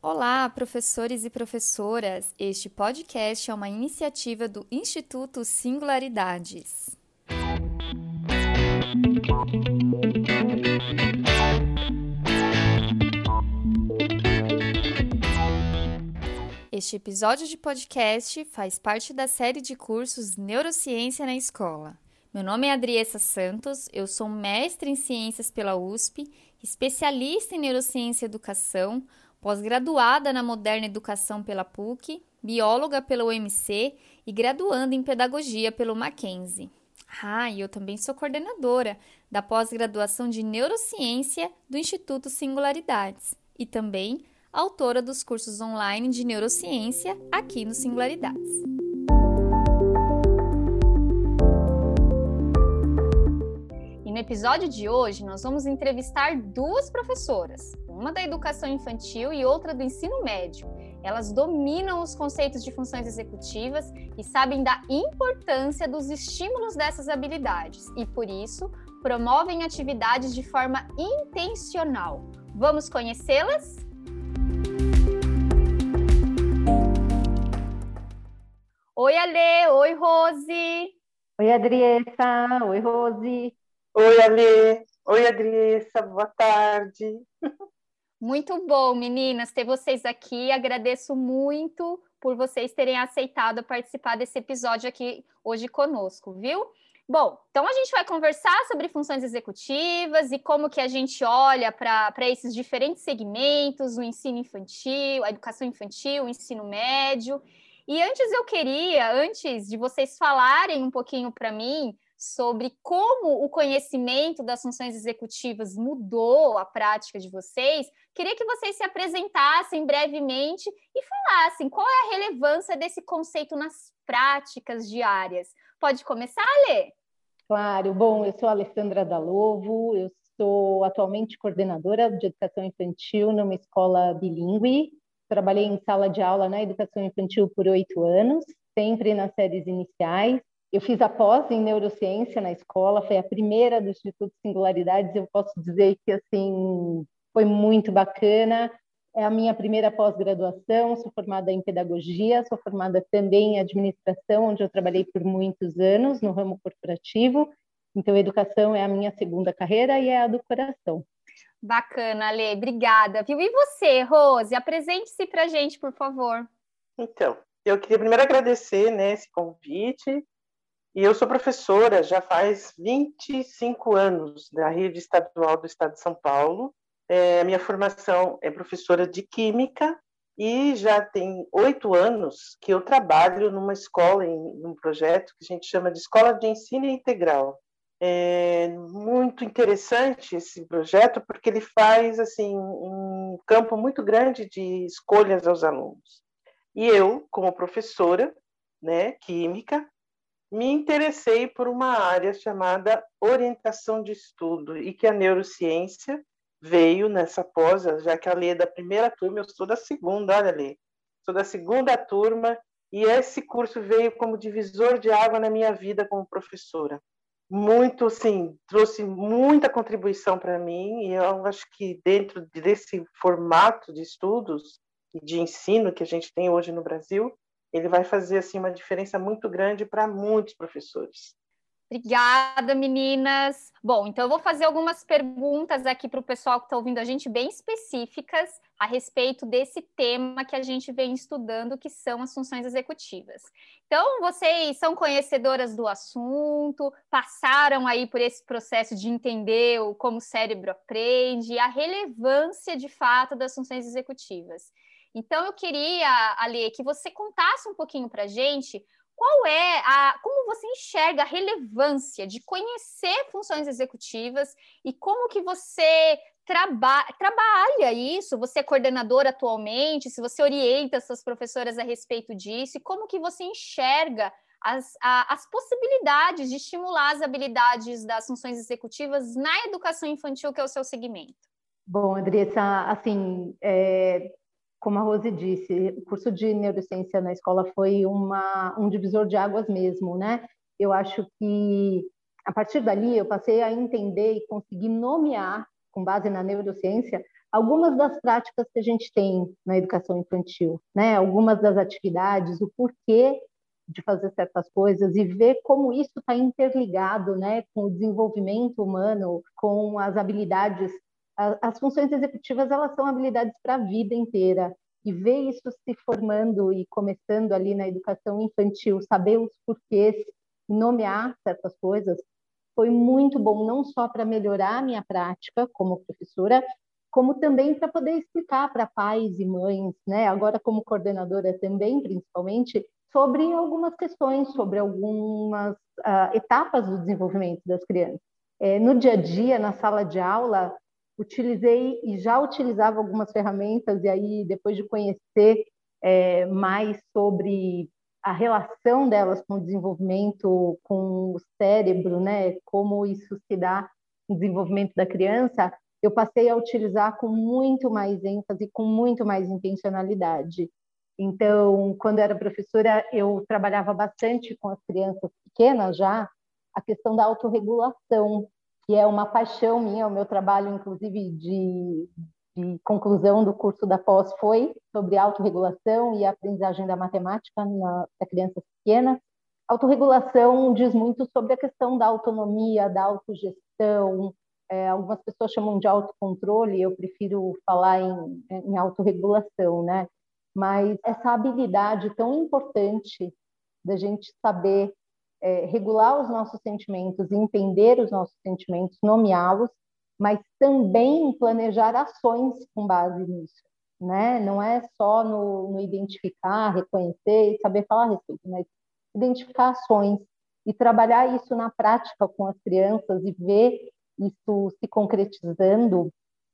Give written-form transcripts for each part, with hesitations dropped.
Olá, professores e professoras! Este podcast é uma iniciativa do Instituto Singularidades. Este episódio de podcast faz parte da série de cursos Neurociência na Escola. Meu nome é Adriessa Santos, eu sou mestre em Ciências pela USP, especialista em Neurociência e Educação, pós-graduada na Moderna Educação pela PUC, bióloga pela UMC e graduanda em Pedagogia pelo Mackenzie. E eu também sou coordenadora da pós-graduação de Neurociência do Instituto Singularidades e também autora dos cursos online de Neurociência aqui no Singularidades. E no episódio de hoje, nós vamos entrevistar duas professoras, uma da educação infantil e outra do ensino médio. Elas dominam os conceitos de funções executivas e sabem da importância dos estímulos dessas habilidades e, por isso, promovem atividades de forma intencional. Vamos conhecê-las? Oi, Alê! Oi, Rose! Oi, Adriessa! Oi, Rose! Oi, Alê! Oi, Adriessa! Boa tarde! Muito bom, meninas, ter vocês aqui. Agradeço muito por vocês terem aceitado participar desse episódio aqui hoje conosco, viu? Bom, então a gente vai conversar sobre funções executivas e como que a gente olha para esses diferentes segmentos, o ensino infantil, a educação infantil, o ensino médio. E antes de vocês falarem um pouquinho para mim sobre como o conhecimento das funções executivas mudou a prática de vocês, queria que vocês se apresentassem brevemente e falassem qual é a relevância desse conceito nas práticas diárias. Pode começar, Alê? Claro. Bom, eu sou a Alessandra Dalovo, eu sou atualmente coordenadora de educação infantil numa escola bilíngue. Trabalhei em sala de aula na educação infantil por 8 anos, sempre nas séries iniciais. Eu fiz a pós em neurociência na escola, foi a primeira do Instituto Singularidades. Eu posso dizer que assim foi muito bacana. É a minha primeira pós-graduação, sou formada em pedagogia, sou formada também em administração, onde eu trabalhei por muitos anos no ramo corporativo. Então, a educação é a minha segunda carreira e é a do coração. Bacana, Alê, obrigada, viu? E você, Rose, apresente-se para a gente, por favor. Então, eu queria primeiro agradecer, esse convite. E eu sou professora já faz 25 anos da rede estadual do Estado de São Paulo. A minha formação é professora de Química e já tem 8 anos que eu trabalho numa escola, num projeto que a gente chama de Escola de Ensino Integral. É muito interessante esse projeto porque ele faz assim um campo muito grande de escolhas aos alunos. E eu, como professora, química, me interessei por uma área chamada orientação de estudo e que a neurociência veio nessa pós, já que a Lê é da primeira turma, eu sou da segunda, olha, Lê, sou da segunda turma e esse curso veio como divisor de água na minha vida como professora. Muito, sim, trouxe muita contribuição para mim e eu acho que dentro desse formato de estudos e de ensino que a gente tem hoje no Brasil, ele vai fazer assim, uma diferença muito grande para muitos professores. Obrigada, meninas. Bom, então eu vou fazer algumas perguntas aqui para o pessoal que está ouvindo a gente, bem específicas a respeito desse tema que a gente vem estudando, que são as funções executivas. Então, vocês são conhecedoras do assunto, passaram aí por esse processo de entender como o cérebro aprende e a relevância, de fato, das funções executivas. Então, eu queria, Alê, que você contasse um pouquinho para a gente como você enxerga a relevância de conhecer funções executivas e como que você trabalha isso, você é coordenadora atualmente, se você orienta suas professoras a respeito disso, e como que você enxerga as possibilidades de estimular as habilidades das funções executivas na educação infantil, que é o seu segmento. Bom, Adriessa, assim, como a Rose disse, o curso de neurociência na escola foi um divisor de águas mesmo, né? Eu acho que, a partir dali, eu passei a entender e conseguir nomear, com base na neurociência, algumas das práticas que a gente tem na educação infantil, né? Algumas das atividades, o porquê de fazer certas coisas e ver como isso está interligado, né, com o desenvolvimento humano, com as habilidades. As funções executivas, elas são habilidades para a vida inteira, e ver isso se formando e começando ali na educação infantil, saber os porquês, nomear certas coisas, foi muito bom, não só para melhorar a minha prática como professora, como também para poder explicar para pais e mães, né, agora como coordenadora também, principalmente, sobre algumas questões, sobre algumas etapas do desenvolvimento das crianças. No dia a dia, na sala de aula, utilizei e já utilizava algumas ferramentas, e aí, depois de conhecer mais sobre a relação delas com o desenvolvimento, com o cérebro, né, como isso se dá no desenvolvimento da criança, eu passei a utilizar com muito mais ênfase, com muito mais intencionalidade. Então, quando eu era professora, eu trabalhava bastante com as crianças pequenas já, a questão da autorregulação, que é uma paixão minha. O meu trabalho, inclusive, de conclusão do curso da pós foi sobre autorregulação e a aprendizagem da matemática para crianças pequenas. Autorregulação diz muito sobre a questão da autonomia, da autogestão. Algumas pessoas chamam de autocontrole, eu prefiro falar em autorregulação, né? Mas essa habilidade tão importante da gente saber regular os nossos sentimentos, entender os nossos sentimentos, nomeá-los, mas também planejar ações com base nisso, né? Não é só no identificar, reconhecer e saber falar a respeito, mas identificar ações e trabalhar isso na prática com as crianças e ver isso se concretizando.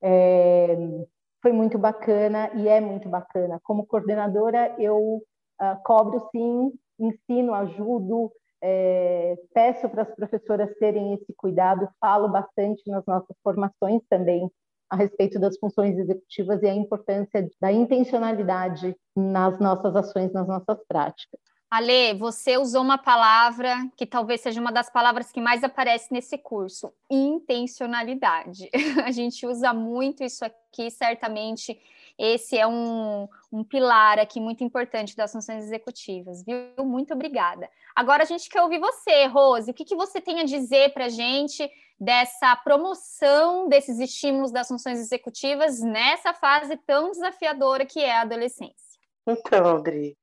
Foi muito bacana e é muito bacana. Como coordenadora, eu cobro sim, ensino, ajudo, peço para as professoras terem esse cuidado, falo bastante nas nossas formações também a respeito das funções executivas e a importância da intencionalidade nas nossas ações, nas nossas práticas. Ale, você usou uma palavra que talvez seja uma das palavras que mais aparece nesse curso: intencionalidade. A gente usa muito isso aqui, certamente esse é um pilar aqui muito importante das funções executivas, viu? Muito obrigada. Agora a gente quer ouvir você, Rose. O que você tem a dizer para a gente dessa promoção desses estímulos das funções executivas nessa fase tão desafiadora que é a adolescência? Então, Audrey,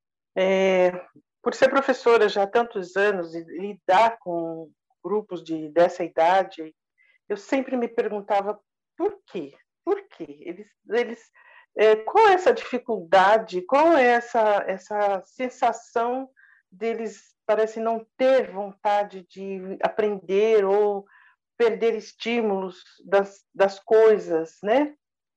por ser professora já há tantos anos e lidar com grupos dessa idade, eu sempre me perguntava por quê? Por quê? Qual é essa dificuldade? Qual é essa sensação deles parece não ter vontade de aprender ou perder estímulos das coisas, né?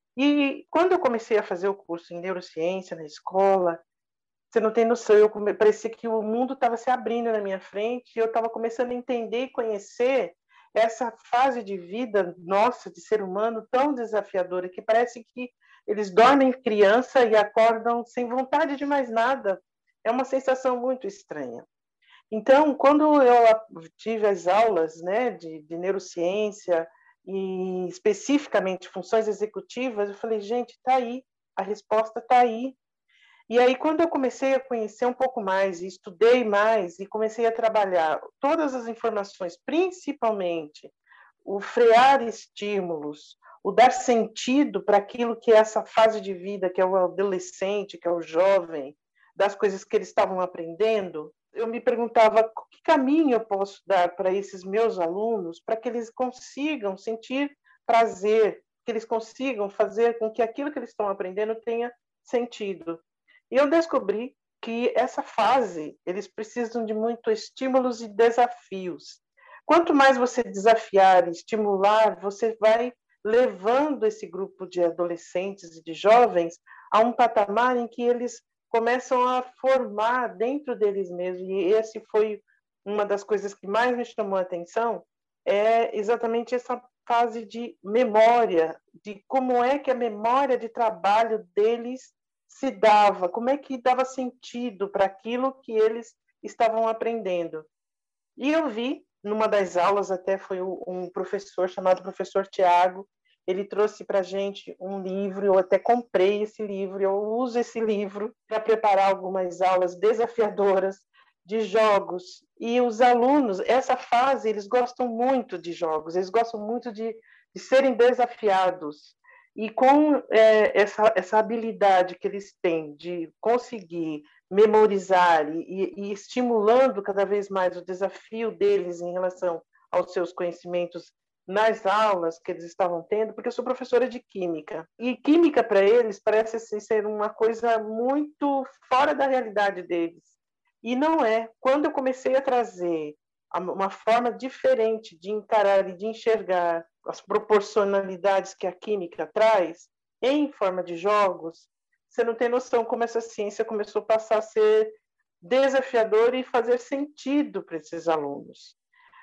E quando eu comecei a fazer o curso em neurociência na escola, você não tem noção, parecia que o mundo estava se abrindo na minha frente e eu estava começando a entender e conhecer essa fase de vida nossa, de ser humano, tão desafiadora, que parece que eles dormem criança e acordam sem vontade de mais nada. É uma sensação muito estranha. Então, quando eu tive as aulas, né, de neurociência e especificamente funções executivas, eu falei, gente, está aí, a resposta está aí. E aí, quando eu comecei a conhecer um pouco mais, e estudei mais, e comecei a trabalhar todas as informações, principalmente o frear estímulos, o dar sentido para aquilo que é essa fase de vida, que é o adolescente, que é o jovem, das coisas que eles estavam aprendendo, eu me perguntava que caminho eu posso dar para esses meus alunos para que eles consigam sentir prazer, que eles consigam fazer com que aquilo que eles estão aprendendo tenha sentido. E eu descobri que essa fase, eles precisam de muito estímulos e desafios. Quanto mais você desafiar e estimular, você vai levando esse grupo de adolescentes e de jovens a um patamar em que eles começam a formar dentro deles mesmos. E esse foi uma das coisas que mais me chamou a atenção, é exatamente essa fase de memória, de como é que a memória de trabalho deles se dava, como é que dava sentido para aquilo que eles estavam aprendendo. E eu vi, numa das aulas, até foi um professor chamado professor Tiago, ele trouxe para a gente um livro, eu até comprei esse livro, eu uso esse livro para preparar algumas aulas desafiadoras de jogos. E os alunos, essa fase, eles gostam muito de jogos, eles gostam muito de serem desafiados. E com essa habilidade que eles têm de conseguir memorizar e estimulando cada vez mais o desafio deles em relação aos seus conhecimentos nas aulas que eles estavam tendo, porque eu sou professora de química, e química para eles parece assim, ser uma coisa muito fora da realidade deles. E não é. Quando eu comecei a trazer uma forma diferente de encarar e de enxergar as proporcionalidades que a química traz em forma de jogos, você não tem noção como essa ciência começou a passar a ser desafiadora e fazer sentido para esses alunos.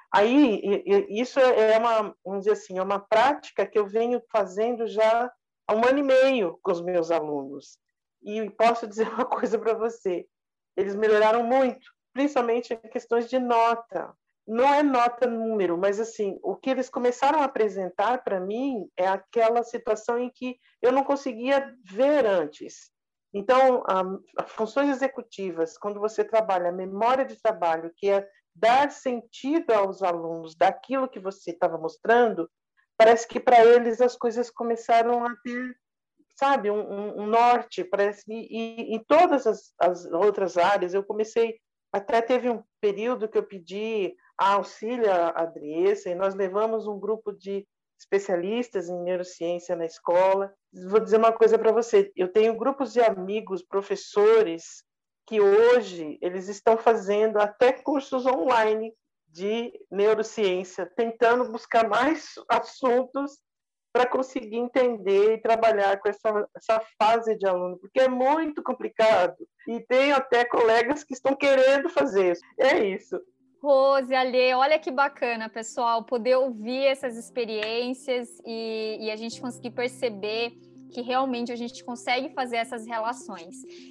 Aí, isso é vamos dizer assim, é uma prática que eu venho fazendo já há 1 ano e meio com os meus alunos. E posso dizer uma coisa para você, eles melhoraram muito, principalmente em questões de nota. Não é nota número, mas assim, o que eles começaram a apresentar para mim é aquela situação em que eu não conseguia ver antes. Então, as funções executivas, quando você trabalha a memória de trabalho, que é dar sentido aos alunos daquilo que você estava mostrando, parece que para eles as coisas começaram a ter, sabe, um norte. Parece, e em todas as outras áreas, eu comecei, até teve um período que eu pedi auxílio à Andressa, e nós levamos um grupo de especialistas em neurociência na escola. Vou dizer uma coisa para você, eu tenho grupos de amigos, professores, que hoje eles estão fazendo até cursos online de neurociência, tentando buscar mais assuntos para conseguir entender e trabalhar com essa fase de aluno, porque é muito complicado. E tem até colegas que estão querendo fazer isso. É isso. Rose, Alê, olha que bacana, pessoal, poder ouvir essas experiências e a gente conseguir perceber que realmente a gente consegue fazer essas relações.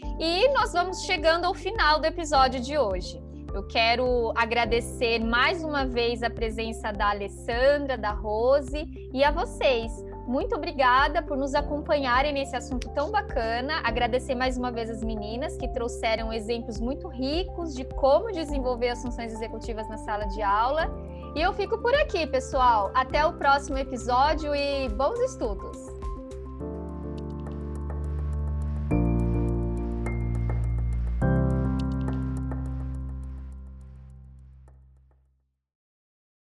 E nós vamos chegando ao final do episódio de hoje. Eu quero agradecer mais uma vez a presença da Alessandra, da Rose e a vocês. Muito obrigada por nos acompanharem nesse assunto tão bacana. Agradecer mais uma vez as meninas que trouxeram exemplos muito ricos de como desenvolver as funções executivas na sala de aula. E eu fico por aqui, pessoal. Até o próximo episódio e bons estudos!